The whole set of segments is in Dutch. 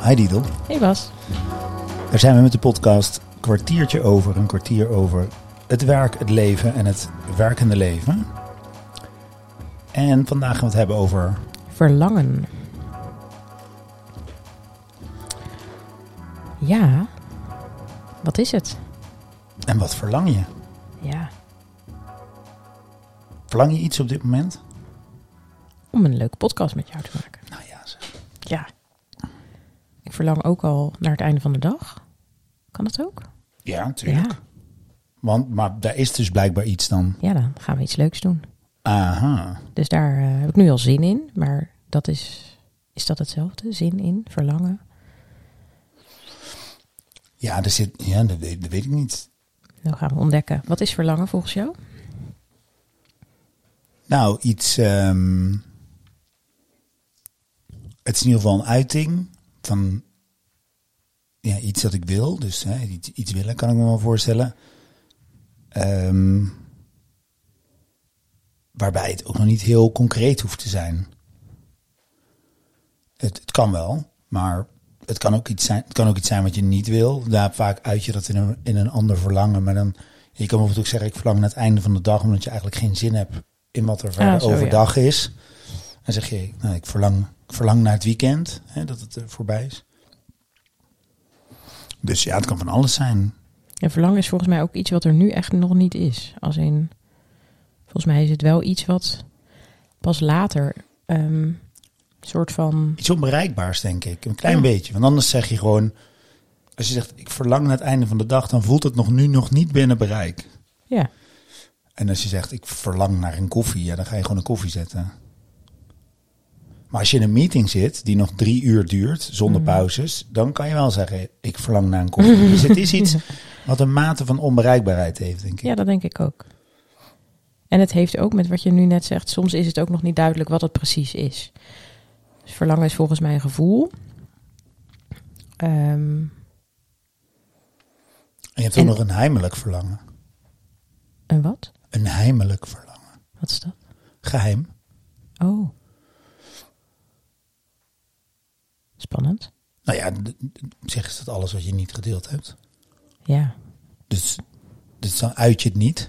Hi Didel. Hey Bas. Daar zijn we met de podcast een kwartier over het werk, het leven en het werkende leven. En vandaag gaan we het hebben over... Verlangen. Ja, wat is het? En wat verlang je? Ja, Verlang je iets op dit moment? om een leuke podcast met jou te maken. Nou ja, zeg. Ja. Ik verlang ook al naar het einde van de dag. Kan dat ook? Ja, natuurlijk. Ja. Maar daar is dus blijkbaar iets dan. Ja, dan gaan we iets leuks doen. Aha. Dus daar heb ik nu al zin in. Maar dat is dat hetzelfde? Zin in? Verlangen? Ja, dat weet ik niet. Dan gaan we ontdekken. Wat is verlangen volgens jou? Nou, iets... het is in ieder geval een uiting van iets dat ik wil. Dus iets willen kan ik me wel voorstellen. Waarbij het ook nog niet heel concreet hoeft te zijn. Het kan wel, maar het kan ook iets zijn wat je niet wil. Daar vaak uit je dat in een ander verlangen. Maar dan, je kan bijvoorbeeld ook zeggen, ik verlang naar het einde van de dag, omdat je eigenlijk geen zin hebt in wat er verder overdag is. Dan zeg je, nou, ik verlang naar het weekend, dat het voorbij is. Dus ja, het kan van alles zijn. En verlangen is volgens mij ook iets wat er nu echt nog niet is. Als in, volgens mij is het wel iets wat pas later soort van... Iets onbereikbaars, denk ik. Een klein beetje. Want anders zeg je gewoon... Als je zegt, ik verlang naar het einde van de dag... dan voelt het nog niet binnen bereik. Ja. En als je zegt, ik verlang naar een koffie... ja, dan ga je gewoon een koffie zetten. Maar als je in een meeting zit... die nog 3 uur duurt, zonder pauzes... dan kan je wel zeggen, ik verlang naar een koffie. Dus het is iets wat een mate van onbereikbaarheid heeft, denk ik. Ja, dat denk ik ook. En het heeft ook met wat je nu net zegt... soms is het ook nog niet duidelijk wat het precies is. Dus verlangen is volgens mij een gevoel. En je hebt ook nog een heimelijk verlangen. Een wat? Een heimelijk verlangen. Wat is dat? Geheim. Oh. Spannend. Nou ja, op zich is dat alles wat je niet gedeeld hebt. Ja. Dus dan uit je het niet.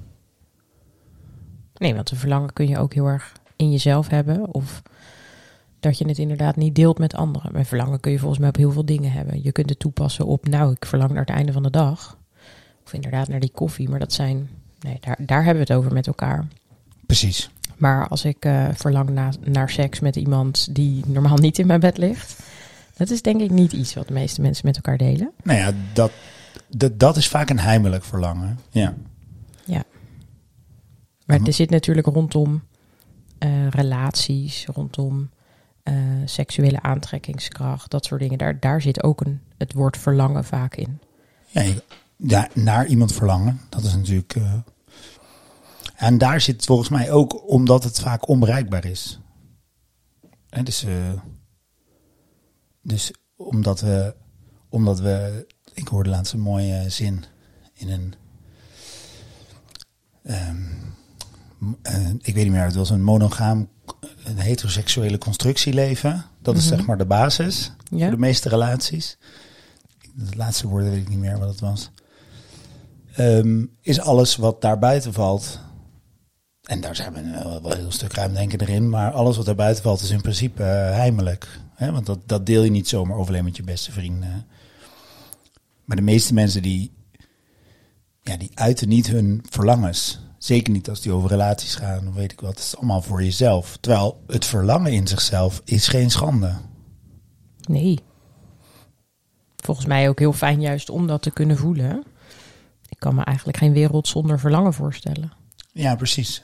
Nee, want een verlangen kun je ook heel erg in jezelf hebben. Of dat je het inderdaad niet deelt met anderen. Maar verlangen kun je volgens mij op heel veel dingen hebben. Je kunt het toepassen op, ik verlang naar het einde van de dag. Of inderdaad naar die koffie. Maar dat zijn, daar hebben we het over met elkaar. Precies. Maar als ik verlang naar seks met iemand die normaal niet in mijn bed ligt. Dat is denk ik niet iets wat de meeste mensen met elkaar delen. Nou ja, dat is vaak een heimelijk verlangen. Ja. Ja. Maar er zit natuurlijk rondom relaties, rondom seksuele aantrekkingskracht, dat soort dingen. Daar zit ook het woord verlangen vaak in. Ja, naar iemand verlangen, dat is natuurlijk... En daar zit volgens mij ook omdat het vaak onbereikbaar is. En dus omdat we... Ik hoorde laatst een mooie zin in ik weet niet meer, het was een monogaam, een heteroseksuele constructieleven. Dat is zeg maar de basis voor de meeste relaties. Het laatste woord weet ik niet meer wat het was. Is alles wat daar buiten valt... En daar zijn we wel een heel stuk ruimdenken erin. Maar alles wat daar buiten valt is in principe heimelijk. Hè? Want dat deel je niet zomaar overleen met je beste vrienden. Maar de meeste mensen die uiten niet hun verlangens. Zeker niet als die over relaties gaan. Of weet ik wat. Het is allemaal voor jezelf. Terwijl het verlangen in zichzelf is geen schande. Nee. Volgens mij ook heel fijn juist om dat te kunnen voelen. Ik kan me eigenlijk geen wereld zonder verlangen voorstellen. Ja, precies.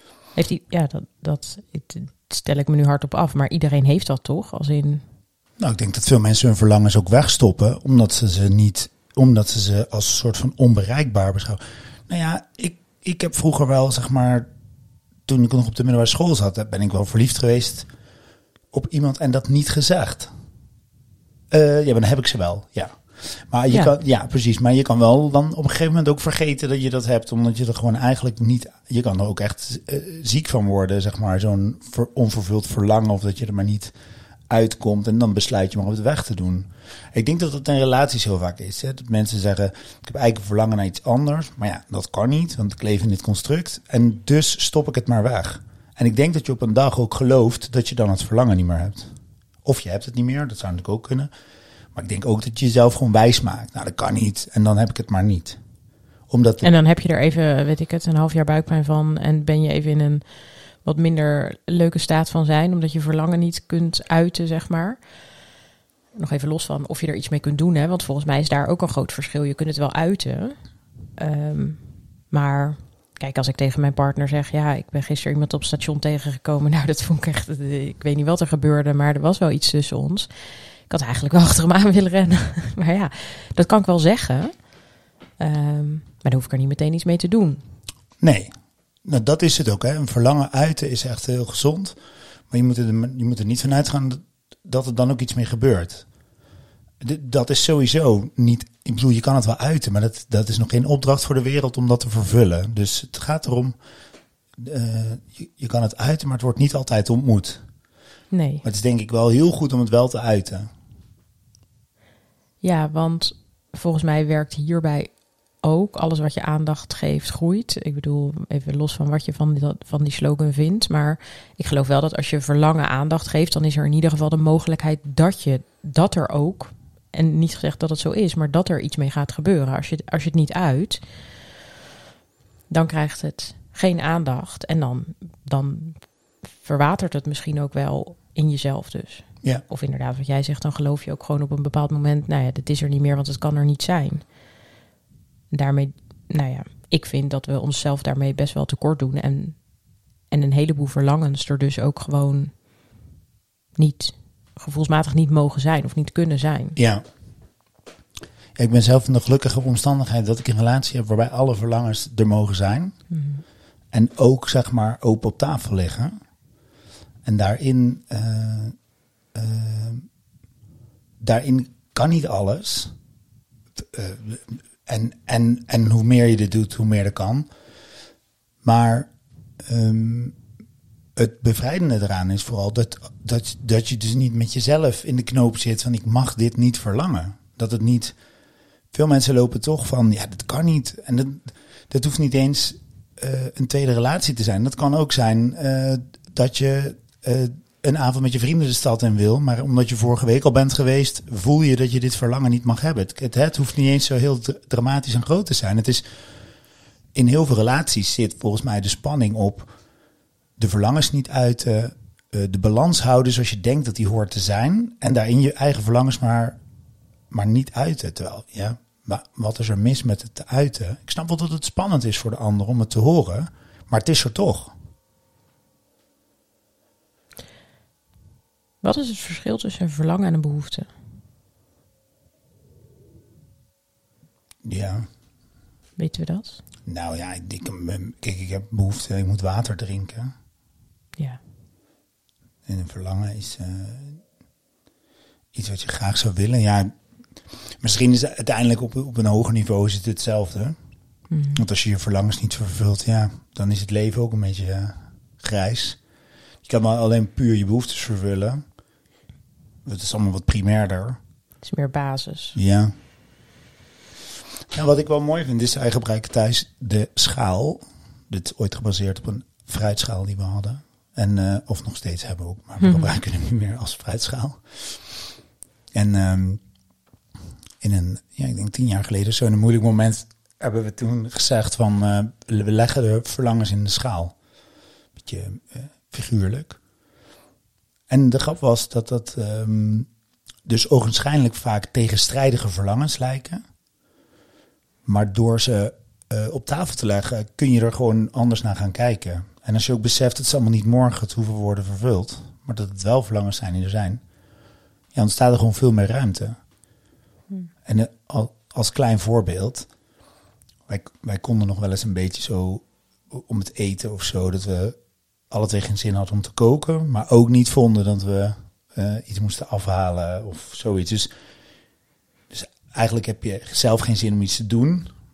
Dat stel ik me nu hardop af. Maar iedereen heeft dat toch? Als in... Nou, ik denk dat veel mensen hun verlangens ook wegstoppen. Omdat ze ze als een soort van onbereikbaar beschouwen. Nou ja, ik heb vroeger wel, zeg maar... Toen ik nog op de middelbare school zat... ben ik wel verliefd geweest op iemand en dat niet gezegd. Maar dan heb ik ze wel, ja. Maar je kan, ja, precies. Maar je kan wel dan op een gegeven moment ook vergeten dat je dat hebt, omdat je er gewoon eigenlijk niet. Je kan er ook echt ziek van worden, zeg maar, zo'n onvervuld verlangen, of dat je er maar niet uitkomt en dan besluit je maar op het weg te doen. Ik denk dat dat in relaties heel vaak is. Hè? Dat mensen zeggen, ik heb eigenlijk een verlangen naar iets anders. Maar ja, dat kan niet, want ik leef in dit construct. En dus stop ik het maar weg. En ik denk dat je op een dag ook gelooft dat je dan het verlangen niet meer hebt. Of je hebt het niet meer, dat zou natuurlijk ook kunnen. Maar ik denk ook dat je jezelf gewoon wijs maakt. Nou, dat kan niet en dan heb ik het maar niet. En dan heb je er even, weet ik het, een half jaar buikpijn van. En ben je even in een wat minder leuke staat van zijn. Omdat je verlangen niet kunt uiten, zeg maar. Nog even los van of je er iets mee kunt doen. Hè? Want volgens mij is daar ook een groot verschil. Je kunt het wel uiten. Maar kijk, als ik tegen mijn partner zeg... ja, ik ben gisteren iemand op het station tegengekomen. Nou, dat vond ik echt... Ik weet niet wat er gebeurde, maar er was wel iets tussen ons. Ik had eigenlijk wel achter hem aan willen rennen. Maar ja, dat kan ik wel zeggen. Maar dan hoef ik er niet meteen iets mee te doen. Nee, nou, dat is het ook. Hè. Een verlangen uiten is echt heel gezond. Maar je moet er niet van uitgaan dat er dan ook iets mee gebeurt. Dat is sowieso niet... Ik bedoel, je kan het wel uiten, maar dat is nog geen opdracht voor de wereld om dat te vervullen. Dus het gaat erom... je kan het uiten, maar het wordt niet altijd ontmoet. Nee. Maar het is denk ik wel heel goed om het wel te uiten. Ja, want volgens mij werkt hierbij ook alles wat je aandacht geeft groeit. Ik bedoel, even los van wat je van die slogan vindt. Maar ik geloof wel dat als je verlangen aandacht geeft... dan is er in ieder geval de mogelijkheid dat er ook... en niet gezegd dat het zo is, maar dat er iets mee gaat gebeuren. Als je het niet uit, dan krijgt het geen aandacht. En dan verwatert het misschien ook wel in jezelf dus. Ja. Of inderdaad, wat jij zegt, dan geloof je ook gewoon op een bepaald moment... nou ja, dat is er niet meer, want het kan er niet zijn. Daarmee, nou ja, ik vind dat we onszelf daarmee best wel tekort doen. En een heleboel verlangens er dus ook gewoon gevoelsmatig niet mogen zijn of niet kunnen zijn. Ja. Ik ben zelf in de gelukkige omstandigheid dat ik een relatie heb waarbij alle verlangens er mogen zijn. Mm-hmm. En ook, zeg maar, open op tafel liggen. En daarin kan niet alles. En hoe meer je dit doet, hoe meer er kan. Maar het bevrijdende eraan is vooral dat je dus niet met jezelf in de knoop zit van ik mag dit niet verlangen. Dat het niet... Veel mensen lopen toch van ja, dat kan niet. En dat hoeft niet eens een tweede relatie te zijn. Dat kan ook zijn dat je een avond met je vrienden de stad in wil, maar omdat je vorige week al bent geweest, voel je dat je dit verlangen niet mag hebben. Het hoeft niet eens zo heel dramatisch en groot te zijn. Het is, in heel veel relaties zit volgens mij de spanning op de verlangens niet uiten, de balans houden zoals je denkt dat die hoort te zijn en daarin je eigen verlangens maar niet uiten. Terwijl, ja, maar wat is er mis met het te uiten? Ik snap wel dat het spannend is voor de ander om het te horen, maar het is er toch. Wat is het verschil tussen een verlangen en een behoefte? Ja. Weten we dat? Nou ja, ik heb behoefte, ik moet water drinken. Ja. En een verlangen is iets wat je graag zou willen. Ja, misschien is het uiteindelijk op een hoger niveau is het hetzelfde. Mm-hmm. Want als je je verlangens niet vervult, ja, dan is het leven ook een beetje grijs. Je kan maar alleen puur je behoeftes vervullen. Het is allemaal wat primairder. Het is meer basis. Ja. Nou, wat ik wel mooi vind is, wij gebruiken thuis de schaal. Dit is ooit gebaseerd op een fruitschaal die we hadden. En, of nog steeds hebben we ook, maar we gebruiken hem niet meer als fruitschaal. En in een, ik denk 10 jaar geleden, zo in een moeilijk moment, hebben we toen gezegd van, we leggen de verlangens in de schaal. Beetje figuurlijk. En de grap was dat dus ogenschijnlijk vaak tegenstrijdige verlangens lijken. Maar door ze op tafel te leggen, kun je er gewoon anders naar gaan kijken. En als je ook beseft dat ze allemaal niet morgen het hoeven worden vervuld, maar dat het wel verlangens zijn die er zijn, ja, ontstaat er gewoon veel meer ruimte. En als klein voorbeeld, wij konden nog wel eens een beetje zo om het eten of zo, dat we alle twee geen zin hadden om te koken, maar ook niet vonden dat we iets moesten afhalen of zoiets. Dus eigenlijk heb je zelf geen zin om iets te doen,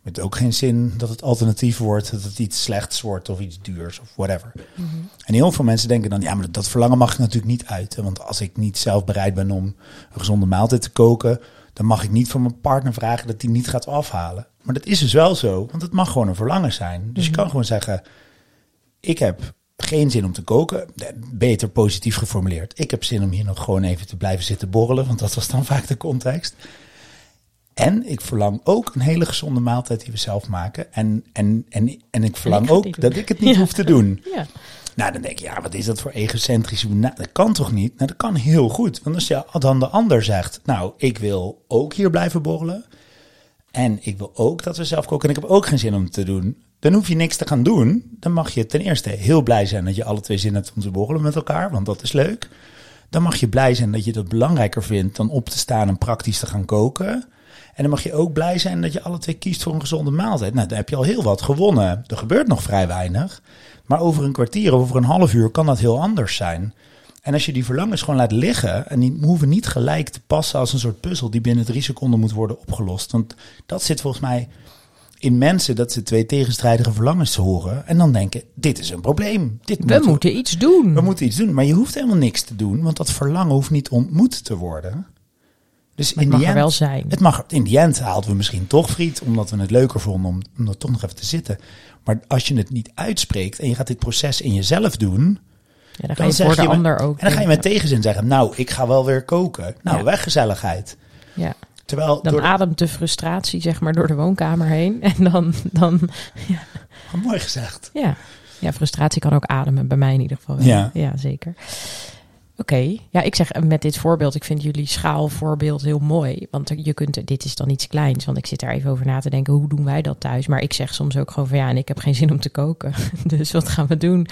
Met ook geen zin dat het alternatief wordt, dat het iets slechts wordt of iets duurs of whatever. Mm-hmm. En heel veel mensen denken dan, ja, maar dat verlangen mag ik natuurlijk niet uiten. Want als ik niet zelf bereid ben om een gezonde maaltijd te koken, dan mag ik niet van mijn partner vragen dat hij niet gaat afhalen. Maar dat is dus wel zo, want het mag gewoon een verlangen zijn. Dus je kan gewoon zeggen, ik heb geen zin om te koken. Beter positief geformuleerd. Ik heb zin om hier nog gewoon even te blijven zitten borrelen, want dat was dan vaak de context. En ik verlang ook een hele gezonde maaltijd die we zelf maken. En ik verlang ook dat ik het niet hoef te doen. Ja. Nou, dan denk je, ja, wat is dat voor egocentrisch? Nou, dat kan toch niet? Nou, dat kan heel goed. Want als je dan de ander zegt, nou, ik wil ook hier blijven borrelen. En ik wil ook dat we zelf koken. En ik heb ook geen zin om het te doen. Dan hoef je niks te gaan doen. Dan mag je ten eerste heel blij zijn dat je alle twee zin hebt om te borrelen met elkaar. Want dat is leuk. Dan mag je blij zijn dat je dat belangrijker vindt dan op te staan en praktisch te gaan koken. En dan mag je ook blij zijn dat je alle twee kiest voor een gezonde maaltijd. Nou, dan heb je al heel wat gewonnen. Er gebeurt nog vrij weinig. Maar over een kwartier of over een half uur kan dat heel anders zijn. En als je die verlangens gewoon laat liggen, en die hoeven niet gelijk te passen als een soort puzzel die binnen 3 seconden moet worden opgelost. Want dat zit volgens mij in mensen, dat ze 2 tegenstrijdige verlangens horen. En dan denken, dit is een probleem. We moeten iets doen. We moeten iets doen, maar je hoeft helemaal niks te doen. Want dat verlangen hoeft niet ontmoet te worden. Dus maar het mag er wel zijn. In die end haalden we misschien toch friet, omdat we het leuker vonden om er toch nog even te zitten. Maar als je het niet uitspreekt en je gaat dit proces in jezelf doen, ja, dan ga je voor de ander ook. En dan ga je met tegenzin zeggen, nou, ik ga wel weer koken. Nou, weg gezelligheid. Ja. Terwijl dan ademt de frustratie zeg maar door de woonkamer heen. En dan ja. Mooi gezegd. Ja, frustratie kan ook ademen, bij mij in ieder geval wel. Ja zeker. Oké, ja, ik zeg met dit voorbeeld, ik vind jullie schaalvoorbeeld heel mooi. Want je kunt, dit is dan iets kleins, want ik zit daar even over na te denken, hoe doen wij dat thuis? Maar ik zeg soms ook gewoon van en ik heb geen zin om te koken. Dus wat gaan we doen?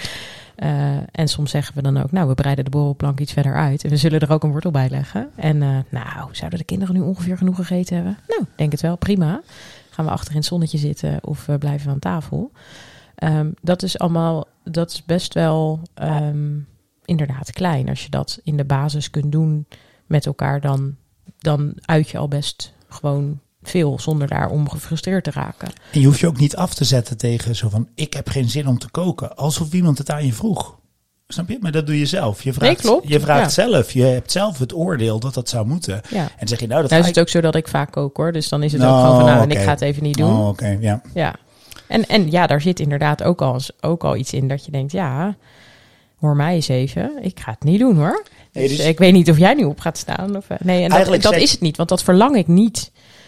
En soms zeggen we dan ook, nou, we breiden de borrelplank iets verder uit. En we zullen er ook een wortel bij leggen. En nou, zouden de kinderen nu ongeveer genoeg gegeten hebben? Nou, denk het wel, prima. Gaan we achter in het zonnetje zitten of blijven we aan tafel? Dat is best wel inderdaad klein. Als je dat in de basis kunt doen met elkaar, dan uit je al best gewoon veel zonder daarom gefrustreerd te raken. En je hoeft je ook niet af te zetten tegen zo van, ik heb geen zin om te koken. Alsof iemand het aan je vroeg. Snap je? Maar dat doe je zelf. Je vraagt zelf. Je hebt zelf het oordeel dat dat zou moeten. Ja. En zeg je nou, dat is het ook zo dat ik vaak kook hoor. Dus dan is het ook gewoon van en ik ga het even niet doen. Ja. En ja, daar zit inderdaad ook al iets in dat je denkt, ja, hoor mij eens even. Ik ga het niet doen hoor. Nee, dus ik weet niet of jij nu op gaat staan. Of, nee, en dat is het niet, want dat verlang ik niet.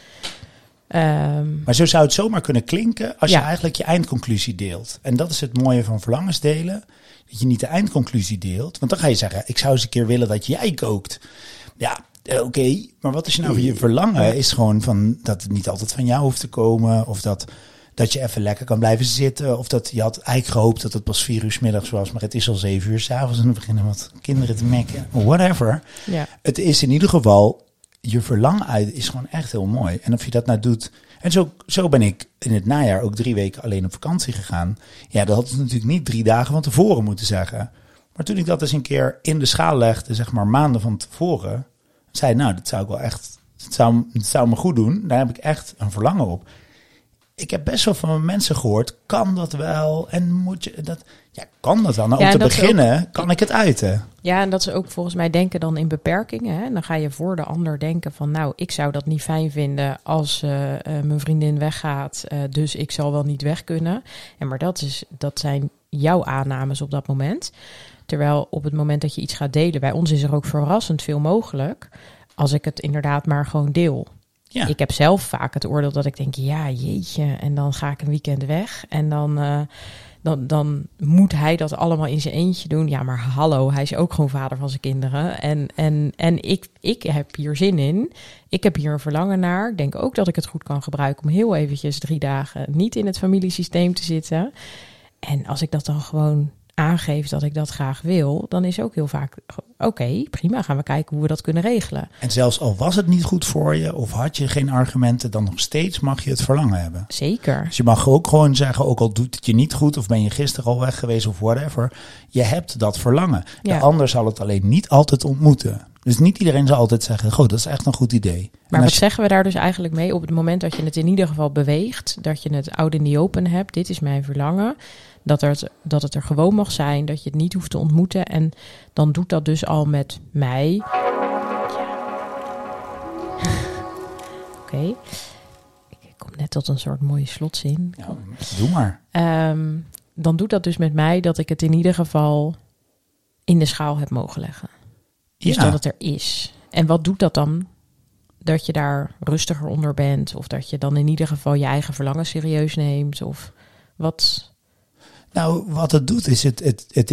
Maar zo zou het zomaar kunnen klinken als je eigenlijk je eindconclusie deelt. En dat is het mooie van verlangens delen. Dat je niet de eindconclusie deelt. Want dan ga je zeggen, ik zou eens een keer willen dat jij kookt. Ja, oké. Maar wat is je nou voor je verlangen? Is gewoon van dat het niet altijd van jou hoeft te komen. Of dat je even lekker kan blijven zitten. Of dat je had eigenlijk gehoopt dat het pas 4 uur 's middags was. Maar het is al 7 uur 's avonds en dan beginnen wat kinderen te mekken. Whatever. Ja. Het is in ieder geval, je verlangen uit is gewoon echt heel mooi. En of je dat nou doet. En zo ben ik in het najaar ook 3 weken alleen op vakantie gegaan. Ja, dat had ik natuurlijk niet 3 dagen van tevoren moeten zeggen. Maar toen ik dat eens een keer in de schaal legde, zeg maar maanden van tevoren, zei nou, dat zou ik wel echt, het zou me goed doen. Daar heb ik echt een verlangen op. Ik heb best wel van mensen gehoord, kan dat wel? En moet je dat? Ja, kan dat wel? Nou, om te beginnen kan ik het uiten. Ja, en dat ze ook volgens mij denken dan in beperkingen. Hè? Dan ga je voor de ander denken van, nou, ik zou dat niet fijn vinden als mijn vriendin weggaat. Dus ik zal wel niet weg kunnen. Maar dat zijn jouw aannames op dat moment. Terwijl op het moment dat je iets gaat delen, bij ons is er ook verrassend veel mogelijk. Als ik het inderdaad maar gewoon deel. Ja. Ik heb zelf vaak het oordeel dat ik denk, ja, jeetje, en dan ga ik een weekend weg. En dan moet hij dat allemaal in zijn eentje doen. Ja, maar hallo, hij is ook gewoon vader van zijn kinderen. En ik heb hier zin in. Ik heb hier een verlangen naar. Ik denk ook dat ik het goed kan gebruiken om heel eventjes 3 dagen niet in het familiesysteem te zitten. En als ik dat dan gewoon aangeef dat ik dat graag wil, dan is ook heel vaak, oké, prima, gaan we kijken hoe we dat kunnen regelen. En zelfs al was het niet goed voor je, of had je geen argumenten, dan nog steeds mag je het verlangen hebben. Zeker. Dus je mag ook gewoon zeggen, ook al doet het je niet goed, of ben je gisteren al weg geweest, of whatever, je hebt dat verlangen. Ja. De ander zal het alleen niet altijd ontmoeten. Dus niet iedereen zal altijd zeggen, goh, dat is echt een goed idee. Maar wat zeggen we daar dus eigenlijk mee? Op het moment dat je het in ieder geval beweegt, dat je het out in the open hebt, dit is mijn verlangen, dat het er gewoon mag zijn, dat je het niet hoeft te ontmoeten. En dan doet dat dus al met mij. Oké. Ik kom net tot een soort mooie slotzin. Ja, doe maar. Dan doet dat dus met mij dat ik het in ieder geval in de schaal heb mogen leggen. Dus dat het er is. En wat doet dat dan? Dat je daar rustiger onder bent. Of dat je dan in ieder geval je eigen verlangen serieus neemt. Of wat? Nou, wat het doet is, het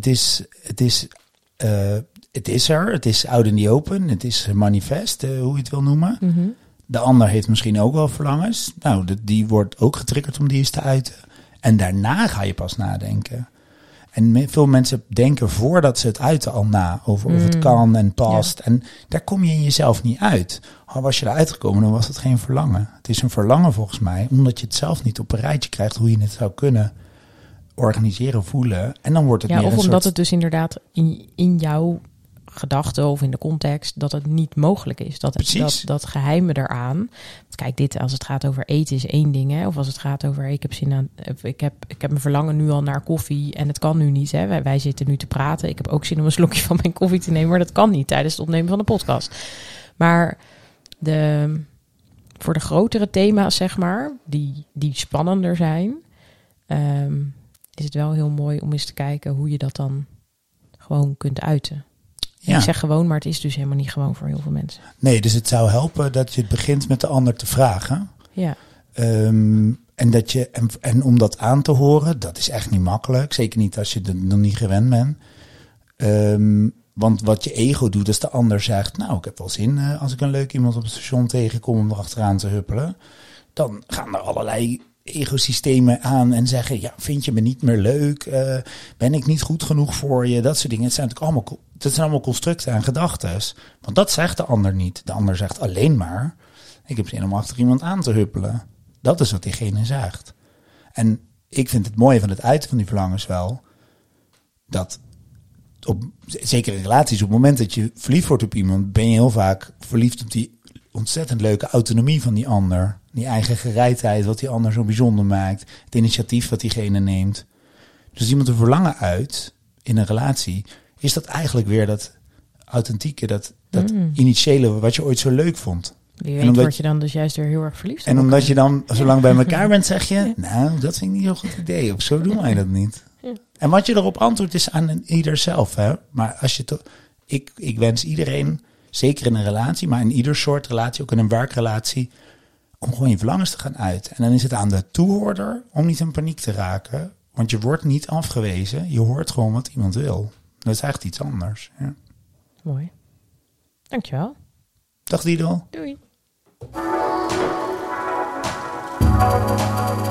is er. Het is out in the open. Het is manifest, hoe je het wil noemen. Mm-hmm. De ander heeft misschien ook wel verlangens. Nou, die wordt ook getriggerd om die eens te uiten. En daarna ga je pas nadenken. En veel mensen denken voordat ze het uiten al na. Over of het kan en past. Ja. En daar kom je in jezelf niet uit. Al was je eruit gekomen, dan was het geen verlangen. Het is een verlangen volgens mij. Omdat je het zelf niet op een rijtje krijgt hoe je het zou kunnen organiseren, voelen. En dan wordt het meer of een omdat soort... het dus inderdaad in jouw gedachten of in de context dat het niet mogelijk is. Dat geheime eraan. Kijk, dit als het gaat over eten is één ding, hè? Of als het gaat over ik heb zin aan, ik heb mijn verlangen nu al naar koffie en het kan nu niet. Hè? Wij zitten nu te praten. Ik heb ook zin om een slokje van mijn koffie te nemen, maar dat kan niet tijdens het opnemen van de podcast. Maar voor de grotere thema's, zeg maar, die spannender zijn, is het wel heel mooi om eens te kijken hoe je dat dan gewoon kunt uiten. Ja. Ik zeg gewoon, maar het is dus helemaal niet gewoon voor heel veel mensen. Nee, dus het zou helpen dat je het begint met de ander te vragen. Ja. En om dat aan te horen, dat is echt niet makkelijk. Zeker niet als je er nog niet gewend bent. Want wat je ego doet, als de ander zegt, nou, ik heb wel zin als ik een leuk iemand op het station tegenkom om erachteraan te huppelen. Dan gaan er allerlei ecosystemen aan en zeggen, ja, vind je me niet meer leuk? Ben ik niet goed genoeg voor je? Dat soort dingen. Het zijn natuurlijk allemaal constructen en gedachten. Want dat zegt de ander niet. De ander zegt alleen maar, ik heb zin om achter iemand aan te huppelen. Dat is wat diegene zegt. En ik vind het mooie van het uiten van die verlangens wel, dat zeker in relaties, op het moment dat je verliefd wordt op iemand, ben je heel vaak verliefd op die ontzettend leuke autonomie van die ander. Die eigen gereidheid, wat die ander zo bijzonder maakt. Het initiatief wat diegene neemt. Dus als iemand een verlangen uit in een relatie, is dat eigenlijk weer dat authentieke, dat initiële wat je ooit zo leuk vond. Wie weet word je dan dus juist weer heel erg verliefd. En omdat je dan zo lang bij elkaar bent, zeg je, nou, dat vind ik niet zo'n goed idee. Of zo doen wij dat niet. Ja. En wat je erop antwoordt is aan ieder zelf. Hè? Maar als je ik wens iedereen, zeker in een relatie, maar in ieder soort relatie, ook in een werkrelatie, om gewoon je verlangens te gaan uiten. En dan is het aan de toehoorder om niet in paniek te raken. Want je wordt niet afgewezen. Je hoort gewoon wat iemand wil. Dat is echt iets anders. Ja. Mooi. Dankjewel. Dag Didel. Doei.